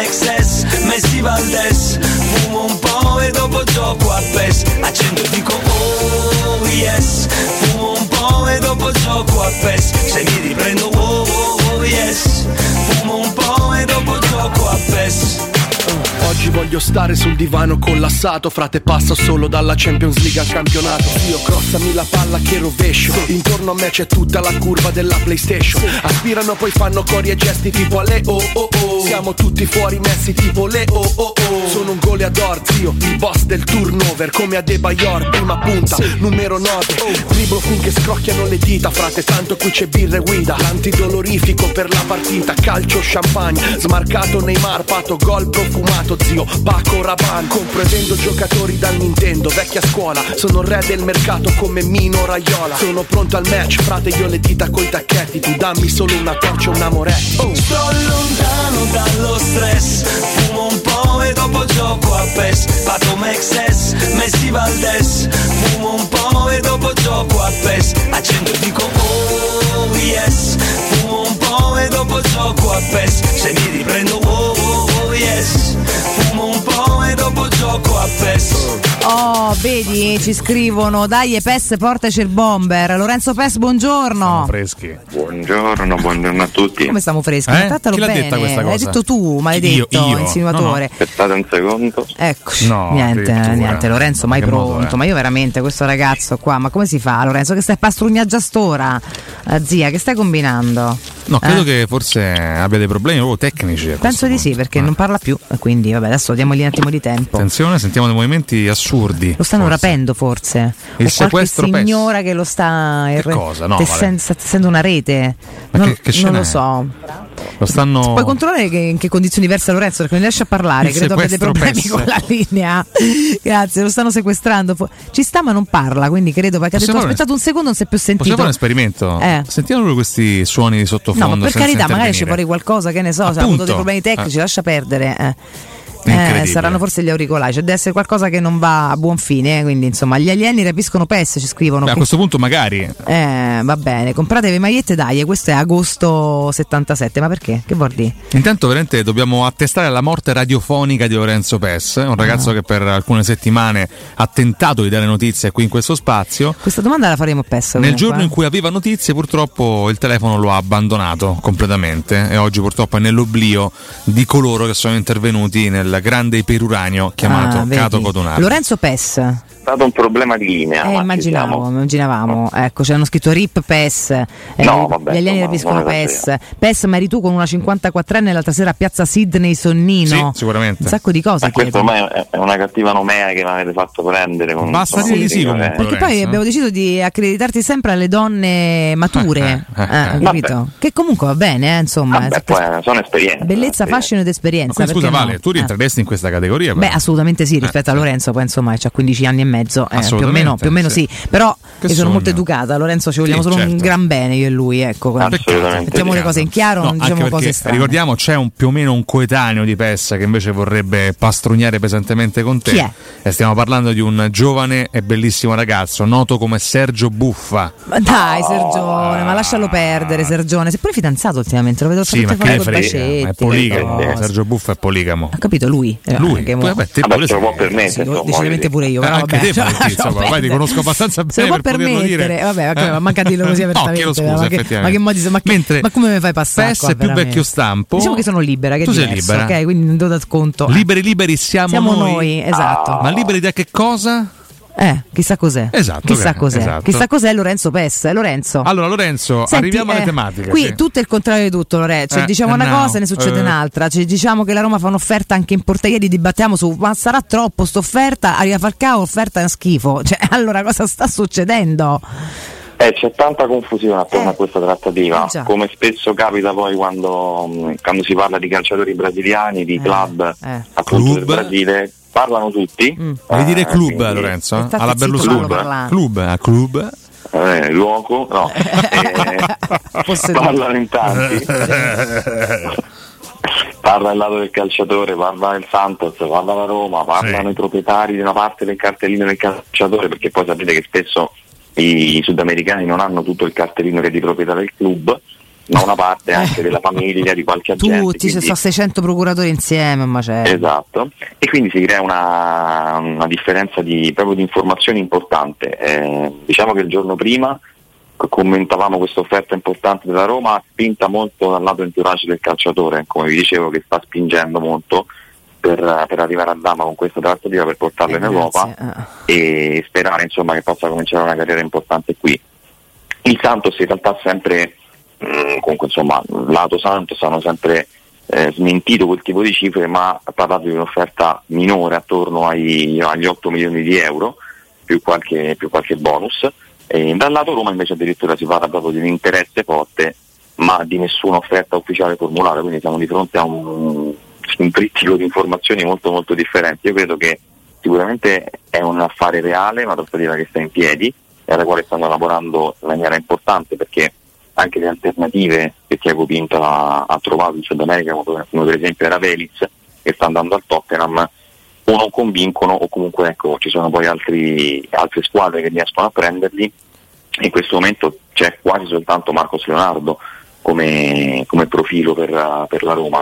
XS, Messi Valdes. Fumo un po' e dopo gioco a PES. Accendo e dico oh yes. Fumo un po' e dopo gioco a PES. Se mi riprendo oh yes. Fumo un po' e dopo gioco a PES. Oggi voglio stare sul divano collassato, frate, passo solo dalla Champions League al campionato. Io crossami la palla che rovescio, intorno a me c'è tutta la curva della PlayStation. Aspirano poi fanno cori e gesti tipo alle oh oh oh. Siamo tutti fuori messi tipo le oh oh oh. Sono un goleador, zio, il boss del turnover, come Adebayor, prima punta, numero 9. Driblo finché scrocchiano le dita, frate, tanto qui c'è birra e guida. L'antidolorifico per la partita, calcio, champagne, smarcato Neymar, pato, gol profumato, zio, Paco Rabanne. Compro e vendo giocatori dal Nintendo, vecchia scuola, sono il re del mercato come Mino Raiola. Sono pronto al match, frate, io le dita coi tacchetti, tu dammi solo una torcia e un amoretti. Sto lontano dallo stress, fumo un po' e dopo gioco a PES. Pato XS, Messi Valdes. Fumo un po' e dopo gioco a PES. Accendo e dico oh yes. Fumo un po' e dopo gioco a PES. Se mi riprendo oh yes. Fumo un po' e dopo gioco a PES. Oh, vedi, ci scrivono, dai PES, portaci il bomber. Lorenzo PES, buongiorno. Siamo freschi. Buongiorno a tutti. Come stiamo freschi? Chi l'ha bene. detta questa cosa? L'hai detto tu, maledetto, io. insinuatore. No. Aspettate un secondo. Eccoci, No, niente, Lorenzo, mai pronto. Modo, Ma io veramente, questo ragazzo qua, ma come si fa, Lorenzo? Che stai a pastrugnare già st'ora? Zia, che stai combinando? No, credo che forse abbia dei problemi proprio tecnici. Penso di sì, perché non parla più. Quindi, vabbè, adesso diamogli un attimo di tempo. Attenzione, sentiamo dei movimenti assurdi. Lo stanno forse rapendo, forse. Il o sequestro qualche signora che lo sta Che cosa? No, sta tessendo una rete. Ma Non che lo so. Lo stanno. Puoi controllare in che condizioni versa Lorenzo, perché non riesce a parlare. Il Credo abbia dei sequestro problemi PES. con la linea. Grazie, lo stanno sequestrando. Ci sta ma non parla, quindi credo, perché ha detto aspettate un secondo, non si è più sentito. Possiamo fare un esperimento? Sentiamo proprio questi suoni di sottofondo. No, ma per senza carità, magari c'è intervenire. fuori qualcosa, che ne so, se ha avuto dei problemi tecnici, lascia perdere. Saranno forse gli auricolari, c'è deve essere qualcosa che non va a buon fine, quindi insomma gli alieni rapiscono PES, ci scrivono. Beh, a questo punto magari Va bene, compratevi magliette, dai, questo è agosto 77, ma perché? Che vuol dire? intanto veramente dobbiamo attestare la morte radiofonica di Lorenzo PES, un ragazzo che per alcune settimane ha tentato di dare notizie qui in questo spazio. Questa domanda la faremo PES Nel comunque. giorno in cui aveva notizie purtroppo il telefono lo ha abbandonato completamente e oggi purtroppo è nell'oblio di coloro che sono intervenuti nel grande iperuranio chiamato Cato Cotonaro. Lorenzo PES. È stato un problema di linea. Immaginavamo. Ecco, c'erano scritto RIP PES. No, vabbè, gli alieni rapiscono PES. PES, ma eri tu con una 54enne l'altra sera a Piazza Sidney Sonnino. Sì, sicuramente. Un sacco di cose. Questo ormai è una cattiva nomea che mi avete fatto prendere. Basta dire di sì comunque. Perché poi abbiamo deciso di accreditarti sempre alle donne mature, capito? Che comunque va bene, insomma. Vabbè, sono esperienze. Bellezza, fascino ed esperienza. Ma scusa, perché Vale, no? tu rientreresti in questa categoria? Beh, assolutamente sì, rispetto a Lorenzo, poi insomma c'ha 15 anni e mezzo, più o meno sì. Però io sono molto educata, Lorenzo ci vogliamo solo un gran bene io e lui, ecco. Mettiamo le cose in chiaro, non diciamo cose strane. Ricordiamo, c'è più o meno un coetaneo di PES che invece vorrebbe pastrugnare pesantemente con te. Chi è? E stiamo parlando di un giovane e bellissimo ragazzo noto come Sergio Buffa. Ma dai, Sergione, ma lascialo perdere, Sergione. Sei pure fidanzato ultimamente, lo vedo Sì, ma fare che frega, è poligamo. Sergio Buffa è poligamo. Ho capito, lui. Lui, te pure se lo può permettere. Decisamente pure io. Anche te, insomma, vai, ti conosco abbastanza bene. Se lo può per poterlo permettere, dire. vabbè, manca di dirlo così apertamente. No, chiedo scusa, effettivamente. Ma come mi fai passare? PES è più vecchio stampo. Diciamo che sono libera, che tu sei diverso, libera. ok, quindi non do da conto. Liberi siamo noi, esatto. Ma liberi da che cosa? Chissà cos'è. Esatto. Chissà cos'è Lorenzo PES. Lorenzo. Allora, Lorenzo, senti, arriviamo alle tematiche. Qui sì. tutto è il contrario di tutto, Lorenzo. Diciamo una cosa e ne succede un'altra. Diciamo che la Roma fa un'offerta anche in porta. Ieri dibattiamo su ma sarà troppo st'offerta. Arriva Falcao, offerta è schifo. Allora cosa sta succedendo? C'è tanta confusione attorno a questa trattativa, come spesso capita poi quando si parla di calciatori brasiliani, di club appunto del Brasile, parlano tutti. Vuoi dire club, Lorenzo? Alla Berlusconi. Club. Luoco, no. Parlano in tanti. Parla il lato del calciatore, parla il Santos, parla la Roma, parlano i proprietari di una parte del cartellino del calciatore, perché poi sapete che spesso i sudamericani non hanno tutto il cartellino che è di proprietà del club, ma una parte anche della famiglia di qualche agente. Tutti, ci sono 600 procuratori insieme, ma c'è. Esatto, e quindi si crea una differenza proprio di informazioni importante. Diciamo che il giorno prima commentavamo questa offerta importante della Roma, spinta molto dal lato entourage del calciatore, come vi dicevo, che sta spingendo molto per arrivare a Dama con questa trattativa, per portarlo in Europa e sperare insomma che possa cominciare una carriera importante qui. Il Santos in realtà sempre, comunque insomma, lato Santos hanno sempre smentito quel tipo di cifre, ma ha parlato di un'offerta minore attorno agli 8 milioni di euro più qualche bonus. E dal lato Roma invece addirittura si parla proprio di un interesse forte, ma di nessuna offerta ufficiale formulata, quindi siamo di fronte a un trittico di informazioni molto molto differenti. Io credo che sicuramente è un affare reale, una trattativa che sta in piedi e alla quale stanno lavorando in maniera importante, perché anche le alternative che Thiago Pinto ha trovato in Sud America, come per esempio era Velez, che sta andando al Tottenham, o non convincono, o comunque ecco, ci sono poi altre squadre che riescono a prenderli. In questo momento c'è quasi soltanto Marcos Leonardo come profilo per la Roma.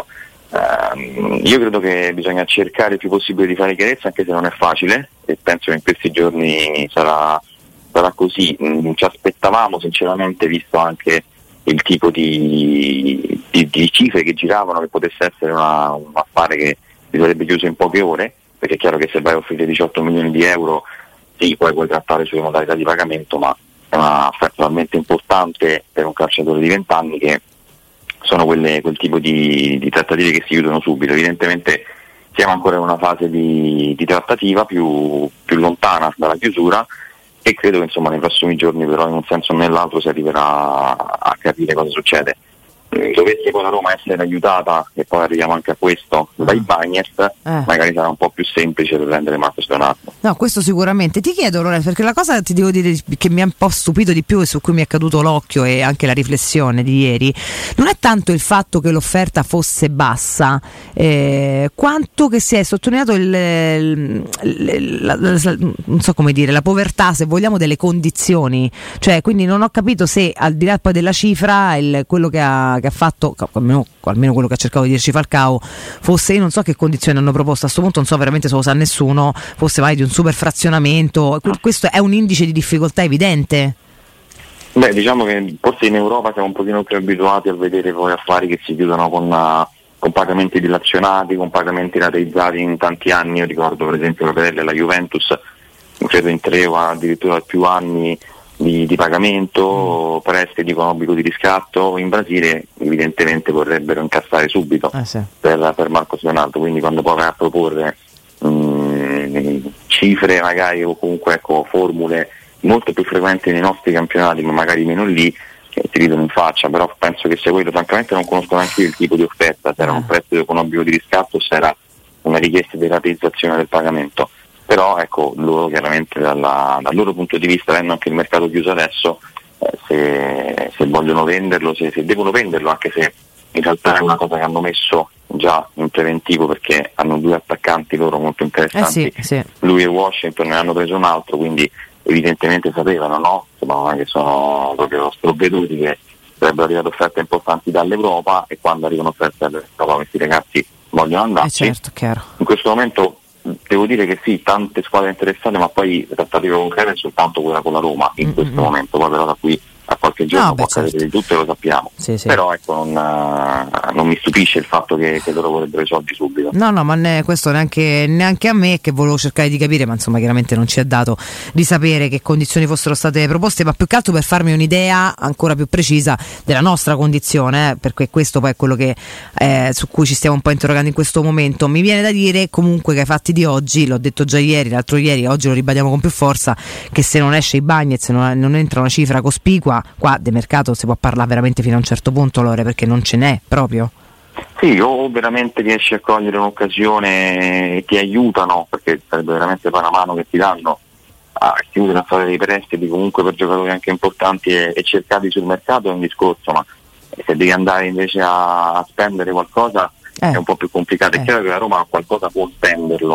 Io credo che bisogna cercare il più possibile di fare chiarezza, anche se non è facile, e penso che in questi giorni sarà così. Ci aspettavamo sinceramente, visto anche il tipo di cifre che giravano, che potesse essere un affare che si sarebbe chiuso in poche ore, perché è chiaro che se vai a offrire 18 milioni di euro sì, poi puoi trattare sulle modalità di pagamento, ma è una offerta talmente importante per un calciatore di 20 anni che sono quel tipo di trattative che si chiudono subito. Evidentemente siamo ancora in una fase di trattativa più lontana dalla chiusura, e credo che insomma nei prossimi giorni però in un senso o nell'altro si arriverà a capire cosa succede. Dovesse poi la Roma essere aiutata, e poi arriviamo anche a questo, dai Bagnez, magari sarà un po' più semplice per prendere Marcos Leonardo. No, questo sicuramente. Ti chiedo Lorenzo, perché la cosa ti devo dire che mi ha un po' stupito di più e su cui mi è caduto l'occhio, e anche la riflessione di ieri, non è tanto il fatto che l'offerta fosse bassa, quanto che si è sottolineato non so come dire, la povertà, se vogliamo, delle condizioni. Cioè, quindi non ho capito se al di là poi della cifra quello che ha fatto, almeno quello che ha cercato di dirci Falcao, fosse, io non so che condizioni hanno proposto a questo punto, non so veramente se lo sa nessuno, fosse mai di un super frazionamento. Questo è un indice di difficoltà evidente. Beh, diciamo che forse in Europa siamo un pochino più abituati a vedere poi affari che si chiudono con pagamenti dilazionati, con pagamenti rateizzati in tanti anni. Io ricordo per esempio la Pirelli e la Juventus, credo in 3 o addirittura più anni di pagamento, prestiti con obbligo di riscatto. In Brasile evidentemente vorrebbero incassare subito per Marcos Leonardo, quindi quando poi vai a proporre cifre magari, o comunque ecco, formule molto più frequenti nei nostri campionati ma magari meno lì, ti ridono in faccia. Però penso che sia quello, francamente non conosco neanche io il tipo di offerta, se era un prestito con obbligo di riscatto o se era una richiesta di rateizzazione del pagamento. Però ecco, loro chiaramente dal loro punto di vista, avendo anche il mercato chiuso adesso, se vogliono venderlo, se devono venderlo, anche se in realtà è una cosa che hanno messo già in preventivo, perché hanno 2 attaccanti loro molto interessanti, sì. Lui e Washington, ne hanno preso un altro, quindi evidentemente sapevano, no? Insomma, che sono proprio sprovveduti che sarebbero arrivate offerte importanti dall'Europa, e quando arrivano offerte dall'Europa questi ragazzi vogliono andarci. Certo, chiaro. In questo momento devo dire che sì, tante squadre interessate, ma poi trattativa concreta è soltanto quella con la Roma in questo momento. Poi però da qui a qualche giorno può accadere di tutto, e lo sappiamo. Sì. Però ecco, non mi stupisce il fatto che loro vorrebbero i soldi subito. No, ma questo neanche a me, che volevo cercare di capire, ma insomma chiaramente non ci è dato di sapere che condizioni fossero state proposte, ma più che altro per farmi un'idea ancora più precisa della nostra condizione, perché questo poi è quello che su cui ci stiamo un po' interrogando in questo momento. Mi viene da dire comunque che ai fatti di oggi, l'ho detto già ieri, l'altro ieri, oggi lo ribadiamo con più forza, che se non esce i Bagnez, non entra una cifra cospicua, qua di mercato si può parlare veramente fino a un certo punto, Lore, perché non ce n'è proprio. Sì, o veramente riesci a cogliere un'occasione e ti aiutano, perché sarebbe veramente una mano che ti danno a chiudere, a fare dei prestiti comunque per giocatori anche importanti e cercati sul mercato, è un discorso, ma se devi andare invece a spendere qualcosa è un po' più complicato. È chiaro che la Roma qualcosa può spenderlo,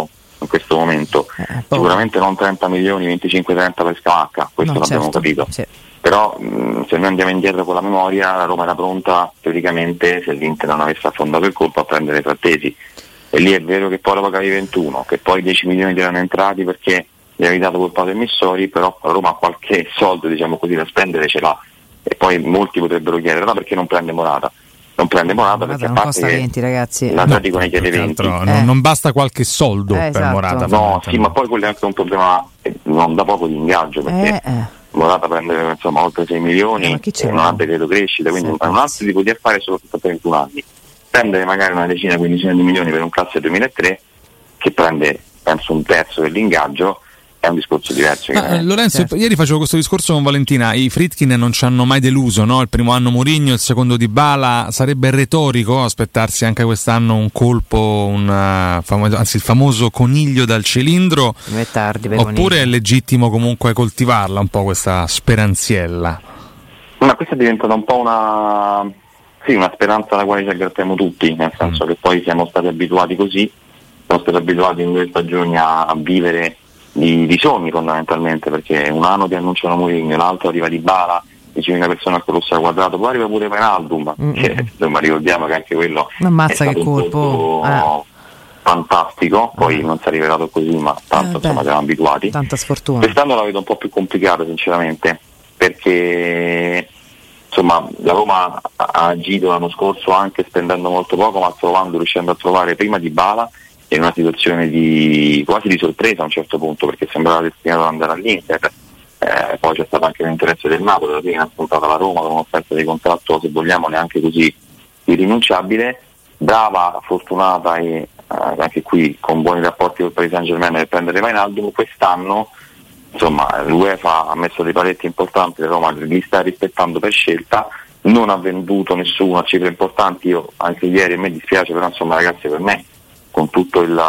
questo momento. Sicuramente non 30 milioni, 25-30 per Scamacca, questo l'abbiamo capito. Sì. Però se noi andiamo indietro con la memoria, la Roma era pronta teoricamente, se l'Inter non avesse affondato il colpo, a prendere Frattesi. E lì è vero che poi lo pagavi 21, che poi 10 milioni ti erano entrati perché gli avevi dato quel pato emissori, però la Roma qualche soldo, diciamo così, da spendere ce l'ha. E poi molti potrebbero chiedere, no, perché non prende Morata? Non prende Morata perché non costa 20, ragazzi. L'Atletico ne chiede 20. Non basta qualche soldo per Morata. No, sì, ma poi quello è anche un problema non da poco di ingaggio, perché Morata prende insomma oltre 6 milioni e non ha decreto crescita, quindi è un altro tipo di affare soprattutto a 31 anni. Prendere magari una decina, quindicina di milioni per un classe 2003 che prende penso un terzo dell'ingaggio, è un discorso diverso. Lorenzo, ieri facevo questo discorso con Valentina, i Friedkin non ci hanno mai deluso, no? Il primo anno Mourinho, il secondo Dybala, sarebbe retorico aspettarsi anche quest'anno un colpo, anzi il famoso coniglio dal cilindro, oppure è legittimo comunque coltivarla un po' questa speranziella? Ma questa è diventata un po' una speranza alla quale ci aggrappiamo tutti, nel senso che poi siamo stati abituati così, siamo stati abituati in 2 stagioni a vivere di sogni fondamentalmente, perché un anno ti annunciano Mourinho, l'altro arriva Dybala, 10.000 persone al Colosseo Quadrato, poi arriva pure Wijnaldum, che insomma ricordiamo che anche quello è stato che colpo fantastico, poi non si è rivelato così, ma tanto insomma siamo abituati. Tanta sfortuna. Quest'anno la vedo un po' più complicata sinceramente, perché insomma la Roma ha agito l'anno scorso anche spendendo molto poco, ma riuscendo a trovare prima Dybala in una situazione quasi di sorpresa a un certo punto, perché sembrava destinato ad andare all'Inter, poi c'è stato anche l'interesse del Napoli, alla fine ha affrontata la Roma con un'offerta di contratto, se vogliamo, neanche così irrinunciabile, brava, fortunata e anche qui con buoni rapporti con il Paris Saint-Germain per prendere Wijnaldum. Quest'anno insomma l'UEFA ha messo dei paletti importanti, la Roma li sta rispettando per scelta, non ha venduto nessuno a cifre importanti. Io anche ieri, a me dispiace, però insomma ragazzi, per me con tutto il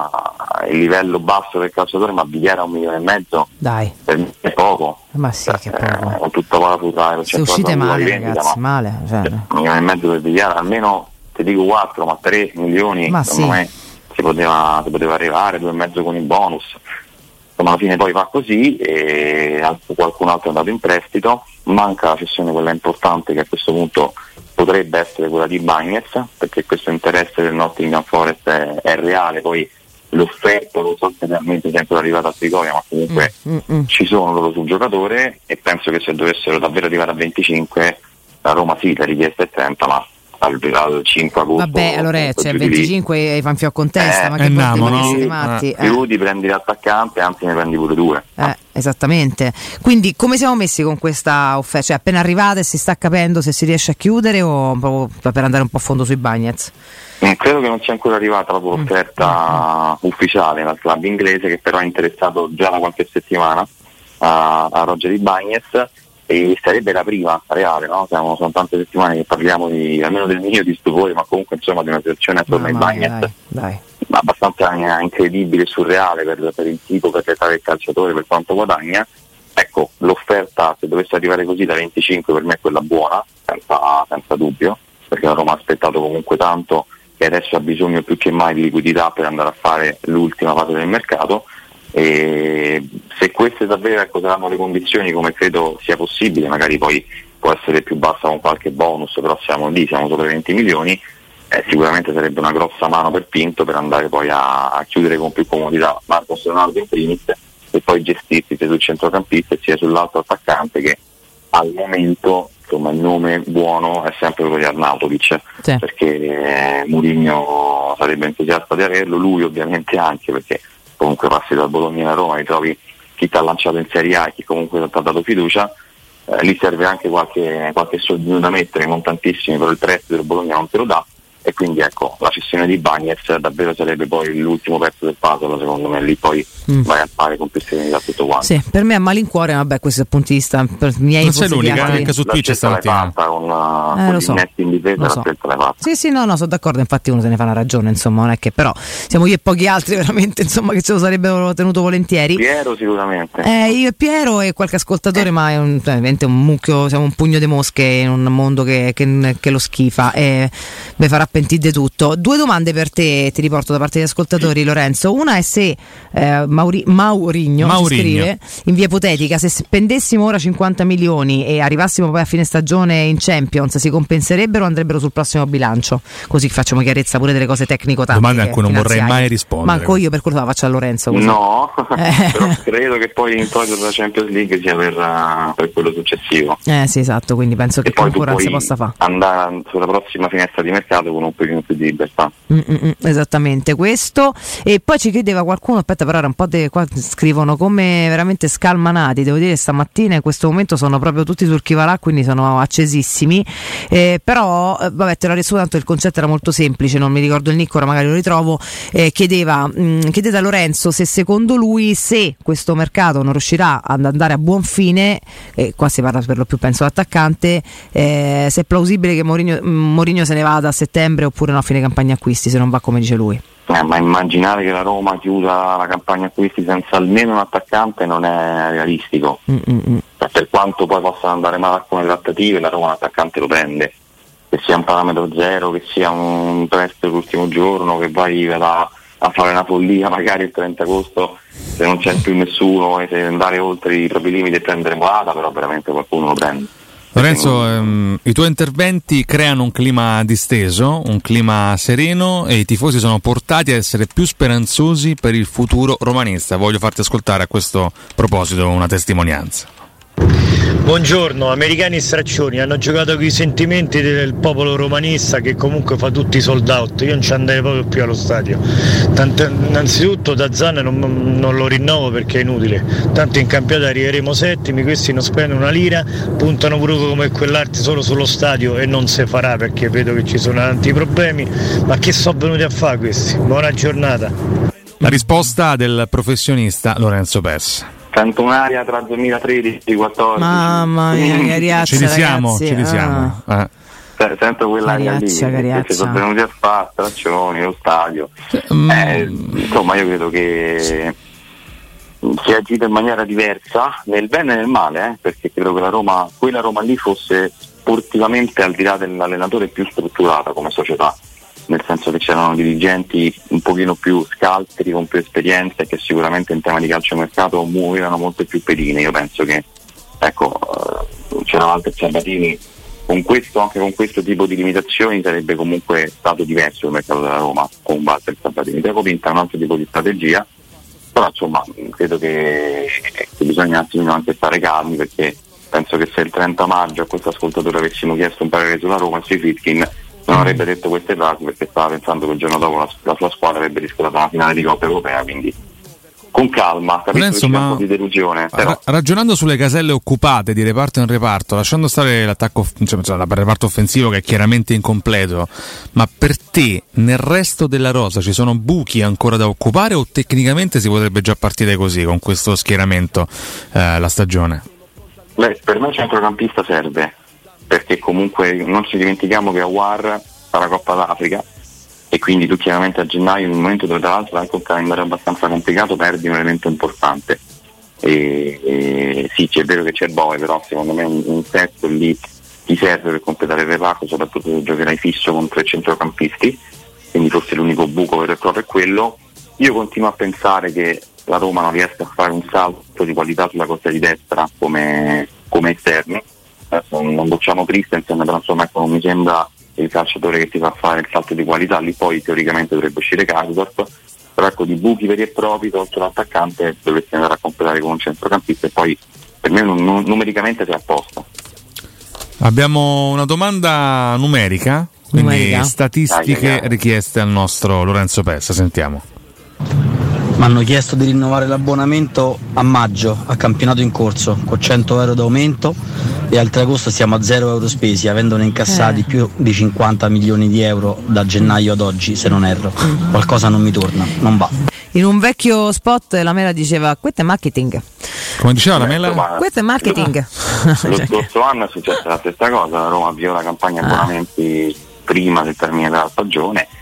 livello basso del calciatore, ma Bigliera 1,5 milioni, dai, per me è poco. Ma sì, che poco. Con tutta la puntata, se uscite male ragazzi, male, 1,5 milioni per Bigliera, almeno ti dico 4, ma 3 milioni secondo me si poteva arrivare, 2,5 con il bonus. Insomma alla fine poi va così e qualcun altro è andato in prestito, manca la cessione quella importante che a questo punto potrebbe essere quella di Bagnez, perché questo interesse del Nottingham Forest è reale, poi l'offerta non so se realmente sia ancora arrivata a Trigoria, ma comunque ci sono loro sul giocatore e penso che se dovessero davvero arrivare a 25 la Roma sì, la richiesta è 30, ma al 5 agosto. Vabbè, allora c'è 25 fanfio a contesta, ma che siete matti? Più ti prendi l'attaccante, anzi ne prendi pure 2. Esattamente. Quindi come siamo messi con questa offerta? Cioè appena arrivate si sta capendo se si riesce a chiudere o per andare un po' a fondo sui Bagnez? Credo che non sia ancora arrivata la offerta ufficiale dal club inglese, che però è interessato già da qualche settimana a Roger Ibañez, e sarebbe la prima reale, no? Sono tante settimane che parliamo almeno del mio di stupore, ma comunque insomma di una situazione attorno ai Bagnez abbastanza incredibile e surreale per il tipo, per l'età del calciatore, per quanto guadagna. Ecco, l'offerta se dovesse arrivare così da 25 per me è quella buona, senza dubbio, perché la Roma ha aspettato comunque tanto e adesso ha bisogno più che mai di liquidità per andare a fare l'ultima fase del mercato. E se queste davvero saranno le condizioni, come credo sia possibile, magari poi può essere più bassa con qualche bonus, però siamo sopra 20 milioni, sicuramente sarebbe una grossa mano per Pinto per andare poi a chiudere con più comodità Marcos Leonardo in primis e poi gestirsi sia sul centrocampista sia sull'altro attaccante, che al momento insomma il nome buono è sempre quello di Arnautovic, perché Mourinho sarebbe entusiasta di averlo, lui ovviamente anche, perché comunque passi dal Bologna a Roma, ritrovi chi ti ha lanciato in Serie A e chi comunque ti ha dato fiducia, lì serve anche qualche soldino da mettere, non tantissimi, però il prestito del Bologna non te lo dà, e quindi ecco, la cessione di Bagnez davvero sarebbe poi l'ultimo pezzo del puzzle, secondo me, lì poi vai a fare con più serenità tutto quanto. Sì, per me a malincuore, vabbè, questo è il punto di vista per miei. Non sei l'unica, anche su Twitch stamattina con il net in difesa la scelta l'hai fatta. Sì, no, sono d'accordo, infatti uno se ne fa una ragione, insomma, non è che però siamo io e pochi altri veramente, insomma, che ce lo sarebbero tenuto volentieri. Piero sicuramente. Io e Piero e qualche ascoltatore, ma è veramente un mucchio, siamo un pugno di mosche in un mondo che lo schifa, e farà pentì di tutto. Due domande per te, ti riporto da parte degli ascoltatori, Lorenzo. Una è se Maurinho ci scrive in via ipotetica, se spendessimo ora 50 milioni e arrivassimo poi a fine stagione in Champions, si compenserebbero o andrebbero sul prossimo bilancio? Così facciamo chiarezza pure delle cose tecnico-tattiche. Domande a cui non vorrei mai rispondere. Manco io, per quello la faccio a Lorenzo così. No, però credo che poi l'introito della Champions League sia per quello successivo. Sì, esatto, quindi penso che concorrenza possa fare. Andare sulla prossima finestra di mercato con un pochino più di libertà. Esattamente questo. E poi ci chiedeva qualcuno, aspetta, però era un po' qua scrivono come veramente scalmanati, devo dire stamattina in questo momento sono proprio tutti sul chi va là, quindi sono accesissimi, però vabbè, te l'ho reso, tanto il concetto era molto semplice, non mi ricordo il nick, ora magari lo ritrovo. Chiedete a Lorenzo se secondo lui, se questo mercato non riuscirà ad andare a buon fine, qua si parla per lo più penso l'attaccante, se è plausibile che Mourinho se ne vada a settembre oppure no a fine campagna acquisti, se non va come dice lui. Ma immaginare che la Roma chiuda la campagna acquisti senza almeno un attaccante non è realistico. Per quanto poi possano andare male alcune trattative, la Roma un attaccante lo prende, che sia un parametro zero, che sia un prestito l'ultimo giorno, che vai a fare una follia magari il 30 agosto se non c'è più nessuno e se andare oltre i propri limiti e prendere Morata, però veramente qualcuno lo prende. Lorenzo, i tuoi interventi creano un clima disteso, un clima sereno e i tifosi sono portati a essere più speranzosi per il futuro romanista. Voglio farti ascoltare a questo proposito una testimonianza. Buongiorno, americani straccioni, hanno giocato con i sentimenti del popolo romanista che comunque fa tutti sold out. Io non ci andrei proprio più allo stadio. Innanzitutto da Zan non lo rinnovo perché è inutile, tanto in campionato arriveremo settimi, questi non spendono una lira, puntano pure come quell'arte solo sullo stadio e non si farà perché vedo che ci sono tanti problemi. Ma che sono venuti a fare questi? Buona giornata. La risposta del professionista Lorenzo Pes. Sento un'aria tra 2013 e 2014. Mamma mia, Cariazza, ci risiamo. Sento quell'aria lì, che ci sono venuti a fare straccioni, lo stadio. Insomma, io credo che si è agito in maniera diversa, nel bene e nel male, perché credo che quella Roma lì fosse sportivamente, al di là dell'allenatore, più strutturata come società. Nel senso che c'erano dirigenti un pochino più scaltri, con più esperienza e che sicuramente in tema di calciomercato muovevano molte più pedine. Io penso che c'era Walter Sabatini, anche con questo tipo di limitazioni sarebbe comunque stato diverso il mercato della Roma con Walter Sabatini. Devo Pinta un altro tipo di strategia, però insomma credo che bisogna un attimino anche stare calmi, perché penso che se il 30 maggio a questo ascoltatore avessimo chiesto un parere sulla Roma e sui Friedkin non avrebbe detto queste frasi, perché stava pensando che il giorno dopo la sua squadra avrebbe disputato una finale di Coppa Europea, quindi con calma, capisco un po' di delusione. Ragionando sulle caselle occupate di reparto in reparto, lasciando stare l'attacco, il reparto offensivo che è chiaramente incompleto, ma per te nel resto della rosa ci sono buchi ancora da occupare o tecnicamente si potrebbe già partire così con questo schieramento la stagione? Per me il centrocampista serve, perché comunque non ci dimentichiamo che Aouar fa la Coppa d'Africa e quindi tu chiaramente a gennaio, in un momento dove tra l'altro anche un calendario abbastanza complicato, perdi un elemento importante. Sì, è vero che c'è Boe, però secondo me un terzo lì ti serve per completare il reparto, soprattutto se giocherai fisso con 3 centrocampisti, quindi forse l'unico buco vero e proprio è quello. Io continuo a pensare che la Roma non riesca a fare un salto di qualità sulla costa di destra come esterni. Non bocciamo Christensen, però insomma non mi sembra il calciatore che ti fa fare il salto di qualità. Lì poi teoricamente dovrebbe uscire Karsdorp, però ecco, di buchi veri e propri tolto l'attaccante dovresti andare a completare con un centrocampista e poi per me numericamente sei a posto. Abbiamo una domanda numerica, quindi statistiche richieste al nostro Lorenzo Pessa, sentiamo. Mi hanno chiesto di rinnovare l'abbonamento a maggio, a campionato in corso, con 100 euro d'aumento, e al 3 agosto siamo a 0 euro spesi, avendone incassati più di 50 milioni di euro da gennaio ad oggi, se non erro. Qualcosa non mi torna, non va. In un vecchio spot la Mela diceva: questo è marketing. Come diceva la Mela? Questo è marketing. Lo scorso anno è successa la stessa cosa, la Roma avviò la campagna abbonamenti prima del termine della stagione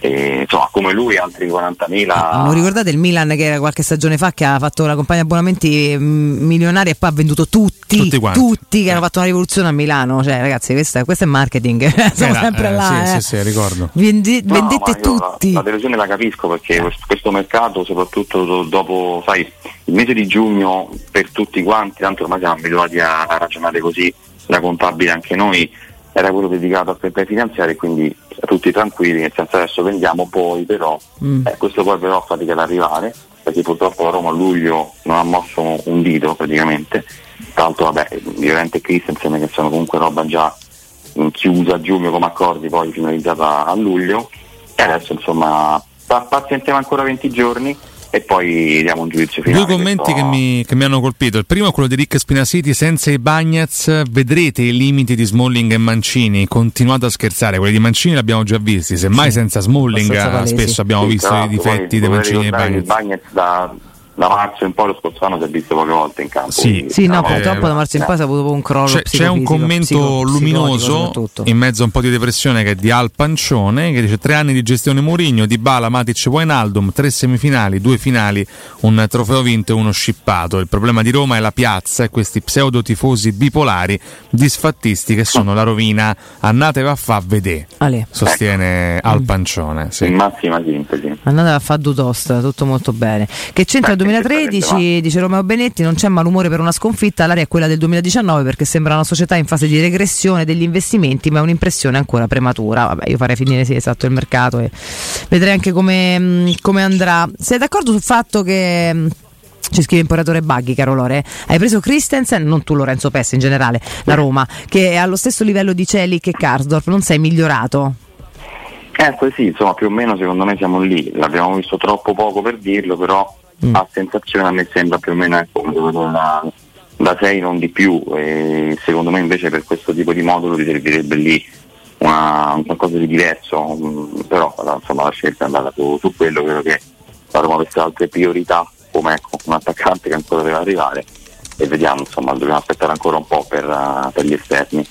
E, insomma, come lui altri 40.000. Non ricordate il Milan che era qualche stagione fa che ha fatto la compagnia abbonamenti milionaria e poi ha venduto tutti che hanno fatto una rivoluzione a Milano, cioè ragazzi questo è marketing. Siamo sempre là. Sì, ricordo. Vendete tutti. La delusione la capisco, perché questo mercato, soprattutto dopo, sai, il mese di giugno per tutti quanti, tanto ormai siamo abituati a ragionare così, da contabile anche noi, era quello dedicato a fair finanziari, quindi tutti tranquilli, nel senso adesso vendiamo, poi però questo poi però fatica ad arrivare, perché purtroppo la Roma a luglio non ha mosso un dito praticamente, tanto vabbè, Llorente e Christensen che sono comunque roba già chiusa a giugno come accordi, poi finalizzata a luglio, e adesso insomma pazientiamo ancora 20 giorni e poi diamo un giudizio finale. Due commenti che mi hanno colpito. Il primo è quello di Rick Spinasiti: senza i Bagnaz vedrete i limiti di Smalling e Mancini. Continuate a scherzare, quelli di Mancini li abbiamo già visti, semmai senza Smalling spesso abbiamo visto i difetti dei Mancini e Bagnaz. Da marzo in poi lo scorso anno si è visto poche volte in campo. Purtroppo da marzo in poi si ha avuto un crollo. C'è un commento luminoso in mezzo a un po' di depressione, che è di Al Pancione, che dice: 3 anni di gestione Mourinho, Dybala, Matic, Wijnaldum, 3 semifinali, 2 finali, un trofeo vinto e uno scippato. Il problema di Roma è la piazza e questi pseudo tifosi bipolari disfattisti che sono la rovina. Andatevi a fa vedere, sostiene Al Pancione. In massima sintesi. Andatevi a fa due toast, tutto molto bene. Che c'entra 2013, dice Romeo Benetti, non c'è malumore per una sconfitta, l'area è quella del 2019 perché sembra una società in fase di regressione degli investimenti, ma è un'impressione ancora prematura. Vabbè, io farei finire il mercato e vedrei anche come andrà. Sei d'accordo sul fatto che ci scrive Imperatore Baghi, caro Lore, hai preso Christensen, non tu Lorenzo Pesce, in generale la Roma, che è allo stesso livello di Celik e Karsdorp, non sei migliorato? Sì, insomma più o meno secondo me siamo lì, l'abbiamo visto troppo poco per dirlo, però a sensazione a me sembra più o meno da 6, non di più, e secondo me invece per questo tipo di modulo ti servirebbe lì un qualcosa di diverso, però insomma la scelta è andata su quello. Credo che la Roma avesse altre priorità, come un attaccante che ancora deve arrivare, e vediamo, insomma dobbiamo aspettare ancora un po' per gli esterni.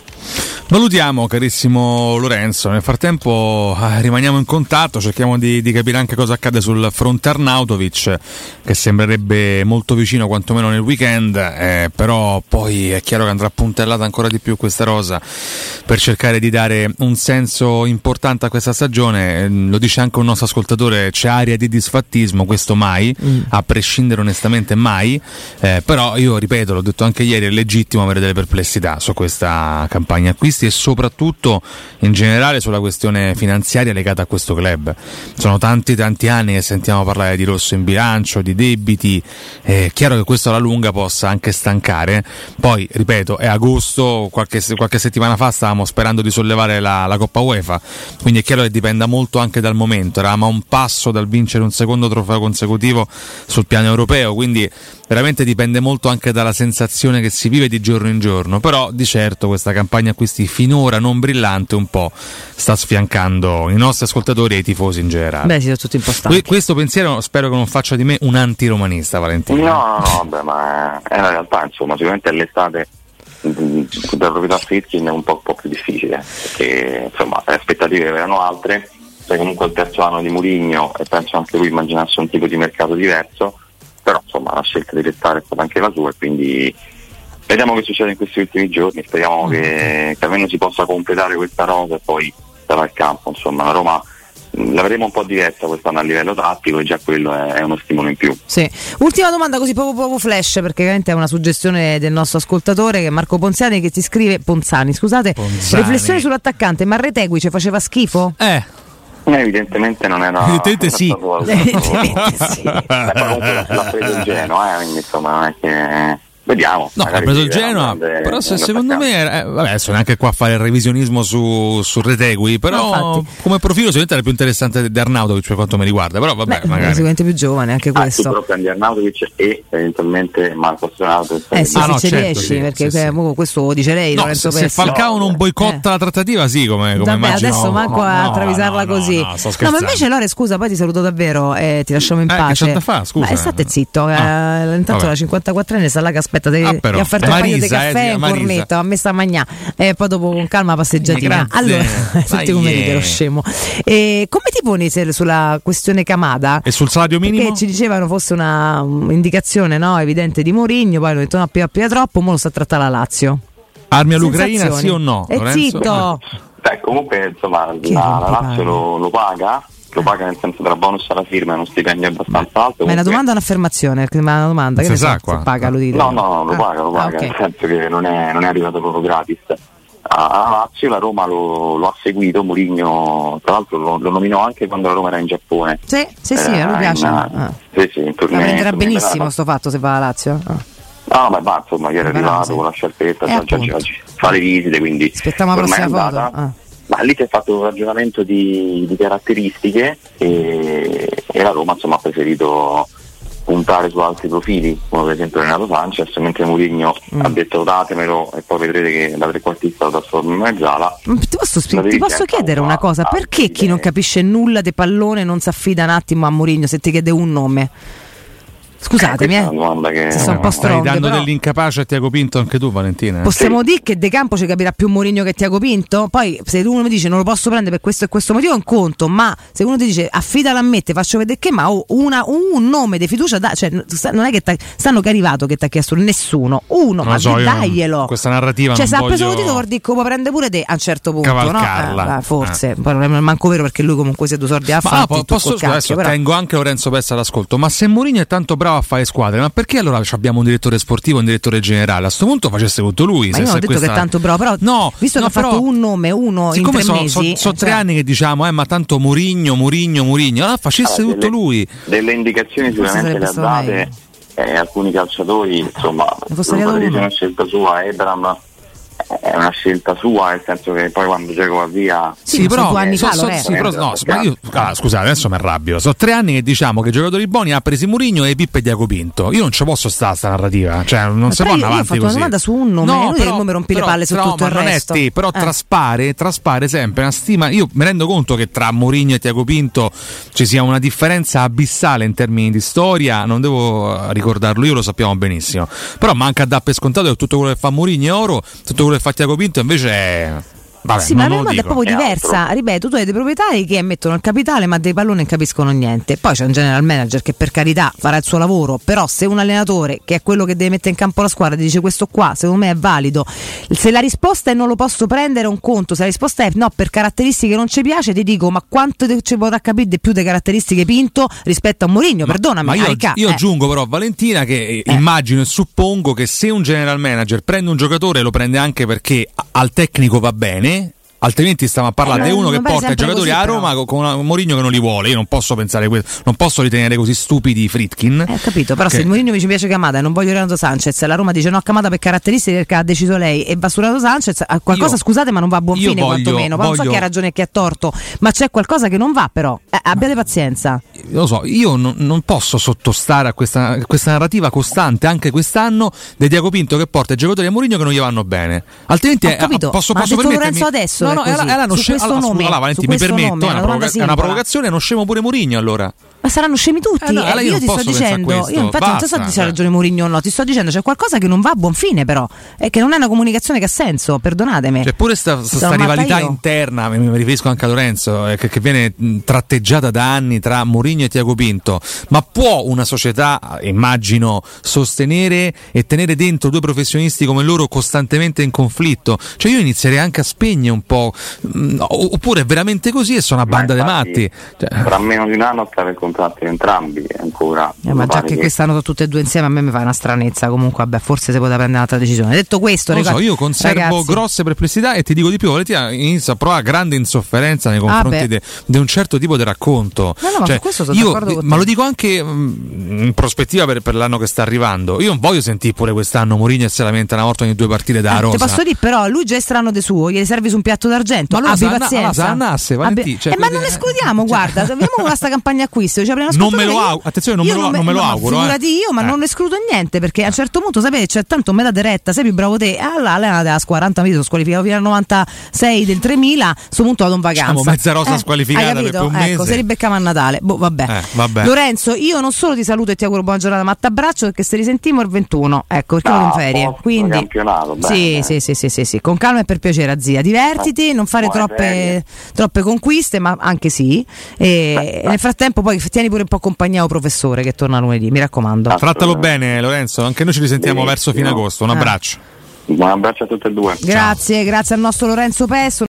Valutiamo, carissimo Lorenzo. Nel frattempo rimaniamo in contatto, cerchiamo di capire anche cosa accade sul fronte Arnautovic, che sembrerebbe molto vicino quantomeno nel weekend, però poi è chiaro che andrà puntellata ancora di più questa rosa per cercare di dare un senso importante a questa stagione. Lo dice anche un nostro ascoltatore, c'è aria di disfattismo, questo mai, a prescindere onestamente mai, però io ripeto, l'ho detto anche ieri, è legittimo avere delle perplessità su questa campagna acquisti e soprattutto in generale sulla questione finanziaria legata a questo club. Sono tanti anni che sentiamo parlare di rosso in bilancio, di debiti, è chiaro che questo alla lunga possa anche stancare. Poi ripeto, è agosto, qualche settimana fa stavamo sperando di sollevare la Coppa UEFA, quindi è chiaro che dipenda molto anche dal momento. Eravamo a un passo dal vincere un secondo trofeo consecutivo sul piano europeo, quindi veramente dipende molto anche dalla sensazione che si vive di giorno in giorno. Però di certo questa campagna acquisti finora non brillante un po' sta sfiancando i nostri ascoltatori e i tifosi in generale. Beh, sì, sono tutti importanti. Questo pensiero spero che non faccia di me un antiromanista, Valentino. No, ma è la realtà, insomma, sicuramente l'estate della proprietà Friedkin è un po' più difficile, perché insomma le aspettative erano altre, sei comunque il terzo anno di Mourinho e penso anche lui immaginasse un tipo di mercato diverso, però insomma la scelta di restare è stata anche la sua, e quindi vediamo che succede in questi ultimi giorni. Speriamo che almeno si possa completare questa rosa e poi sarà il campo. Insomma la Roma l'avremo un po' diversa quest'anno a livello tattico, e già quello è uno stimolo in più. Sì. Ultima domanda così proprio flash, perché veramente è una suggestione del nostro ascoltatore, che è Marco Ponzani, che ti scrive Ponzani. Riflessione sull'attaccante, ma Retegui ci faceva schifo? Evidentemente non era. Evidentemente sì. Comunque l'ha preso il Genoa, quindi insomma non è che. Vediamo. No, ha preso il Genoa, però secondo me vabbè, adesso neanche qua a fare il revisionismo su Retegui, però come profilo sicuramente era più interessante di Arnautovic per quanto mi riguarda, però vabbè, magari sicuramente più giovane anche questo. Tu però prendi Arnautovic e eventualmente Marco Stonato. Sì, ci riesci, perché questo lo dice lei, Lorenzo Pesce. Se Falcao non boicotta la trattativa, sì, come immagino. Adesso manco a travisarla così. No, ma invece Lore, scusa, poi ti saluto davvero e ti lasciamo in pace. Che scusa. State zitto, intanto la 54enne sta là che Aspetta, ti ho offerto un paio di caffè e un cornetto, ha messo a mangiare e poi dopo con calma passeggiatina. Allora, senti come ride lo scemo. E come ti poni sulla questione Kamada? E sul salario minimo? Perché ci dicevano fosse una indicazione, no, evidente di Mourinho, poi hanno detto no, più troppo, mo lo sta trattando la Lazio. Armi all'Ucraina, sì o no? E zitto! Comunque insomma la Lazio lo paga nel senso tra bonus alla firma e uno stipendio abbastanza alto. Ma è una domanda o un'affermazione? Una domanda, che ne so, se paga lo dite? No, lo paga, okay. Nel senso che non è arrivato proprio gratis. A Lazio la Roma lo ha seguito, Mourinho tra l'altro lo nominò anche quando la Roma era in Giappone. Sì, a lui piace. Sì, lo prenderà benissimo sto fatto se va a Lazio. No, ma insomma ieri è arrivato con la sciarpetta, fa le visite, quindi aspettiamo la prossima foto. Ma lì si è fatto un ragionamento di caratteristiche e la Roma insomma ha preferito puntare su altri profili, come per esempio Renato Sanchez, mentre Mourinho ha detto datemelo e poi vedrete che da trequartista lo trasforma in mezzala. Ti posso chiedere una cosa, perché chi non capisce nulla di pallone non si affida un attimo a Mourinho se ti chiede un nome? Scusatemi, sono un po' stai dando però dell'incapace a Tiago Pinto anche tu, Valentina. Possiamo dire che De Campo ci capirà più Mourinho che Tiago Pinto? Poi se uno mi dice non lo posso prendere per questo e questo motivo è un conto, ma se uno ti dice affidala a me, te faccio vedere che, ma un nome di fiducia cioè non è che stanno che è arrivato che ti ha chiesto nessuno, uno, ma daglielo. Questa narrativa cioè se ha preso il titolo vuol dire che può prendere pure te a un certo punto, cavalcarla, no? Forse poi non è manco vero, perché lui comunque si è due soldi a fare. Posso adesso però tengo anche Lorenzo Pessa all'ascolto, ma se Mourinho è tanto bravo a fare squadre, ma perché allora abbiamo un direttore sportivo e un direttore generale? A questo punto facesse tutto lui. Ma io non ho detto che è tanto bravo, però visto che ha fatto un nome, in 3 mesi. Sono 3 anni che diciamo, ma tanto Mourinho, allora facesse tutto lui. Delle indicazioni sicuramente le ha date alcuni calciatori, insomma, una scelta sua, Abraham è una scelta sua, nel senso che poi quando Dzeko va via però 2 anni fa scusate, adesso mi arrabbio, sono 3 anni che diciamo che i giocatori buoni ha presi Mourinho e Pippo e Tiago Pinto. Io non ci posso stare sta narrativa, cioè non si può andare avanti così. Io ho fatto una domanda su un nome, però, il nome rompi le palle su tutto il resto. Però traspare sempre una stima. Io mi rendo conto che tra Mourinho e Tiago Pinto ci sia una differenza abissale in termini di storia, non devo ricordarlo io, lo sappiamo benissimo, però manca a dare per scontato che tutto quello che fa Mourinho è oro, tutto quello che fa Tiago Pinto invece è... Vabbè, sì, ma la domanda è proprio diversa. Ripeto, tu hai dei proprietari che mettono il capitale ma dei palloni non capiscono niente. Poi c'è un general manager che per carità farà il suo lavoro, però se un allenatore che è quello che deve mettere in campo la squadra ti dice questo qua secondo me è valido, se la risposta è non lo posso prendere è un conto, se la risposta è no per caratteristiche non ci piace, ti dico ma quanto ci potrà capire di più delle caratteristiche Pinto rispetto a Mourinho? Perdonami, ma io aggiungo però, Valentina, che immagino e suppongo che se un general manager prende un giocatore lo prende anche perché al tecnico va bene, altrimenti stiamo a parlare di uno che porta i giocatori a Roma con un Mourinho che non li vuole. Io non posso pensare questo, non posso ritenere così stupidi i Friedkin. Capito, però se il Mourinho mi ci piace Kamada e non voglio Renato Sanchez, la Roma dice no a Kamada per caratteristiche perché ha deciso lei e va su Renato Sanchez, qualcosa scusate ma non va a buon fine quantomeno, non so chi ha ragione e chi ha torto, ma c'è qualcosa che non va, però abbiate pazienza. Lo so, io non posso sottostare a questa narrativa costante anche quest'anno di Tiago Pinto che porta i giocatori a Mourinho che non gli vanno bene, altrimenti posso permettermi Lorenzo adesso Valenti, mi permetto, è una provocazione, non scemo pure Mourinho allora. Ma saranno scemi tutti. Io ti sto dicendo, io infatti non ti sto dicendo se ha ragione Mourinho o no, ti sto dicendo c'è qualcosa che non va a buon fine, però è che non è una comunicazione che ha senso, perdonatemi. C'è pure sta rivalità interna, mi riferisco anche a Lorenzo, che viene tratteggiata da anni tra Mourinho e Tiago Pinto. Ma può una società, immagino, sostenere e tenere dentro 2 professionisti come loro costantemente in conflitto? Cioè io inizierei anche a spegnere un po', oppure è veramente così e sono una banda di matti. Tra meno di un anno stare contratti entrambi ancora. Ma già che quest'anno sono tutte e 2 insieme a me mi fa una stranezza. Comunque vabbè, forse si poteva prendere un'altra decisione. Detto questo, io conservo grosse perplessità e ti dico di più, Valentina inizia a provare grande insofferenza nei confronti di un certo tipo di racconto. No, cioè, questo sono d'accordo con te. Ma lo dico anche in prospettiva per l'anno che sta arrivando. Io non voglio sentire pure quest'anno Mourinho se lamenta una volta ogni 2 partite da Rosa. Ti posso dire però, lui già è strano di suo, gli serve su un piatto d'argento. Abbi pazienza. Ma non escludiamo, guarda, abbiamo questa campagna acquisto, diceva non me lo auguro, attenzione, non me lo auguro. Figurati io, ma non escludo niente, perché a un certo punto sapete c'è tanto me da diretta, sei più bravo te, allenate a 40 minuti, sono squalificato fino al 96 del 3000, a questo punto vado in vacanza. Diciamo mezza rosa squalificata per un mese. Ecco, se ribeccamo a Natale. Vabbè. Lorenzo, io non solo ti saluto e ti auguro buona giornata, ma t'abbraccio perché se risentiamo il 21, ecco, perché vado in ferie. Quindi campionato, sì, con calma e per piacere, zia. Divertiti, non fare troppe conquiste, ma anche sì. E nel frattempo poi tieni pure un po' compagnia al professore che torna lunedì, mi raccomando. Trattalo bene, Lorenzo, anche noi ci risentiamo verso fine agosto. Un abbraccio. Un abbraccio a tutte e due. Grazie al nostro Lorenzo Pesso.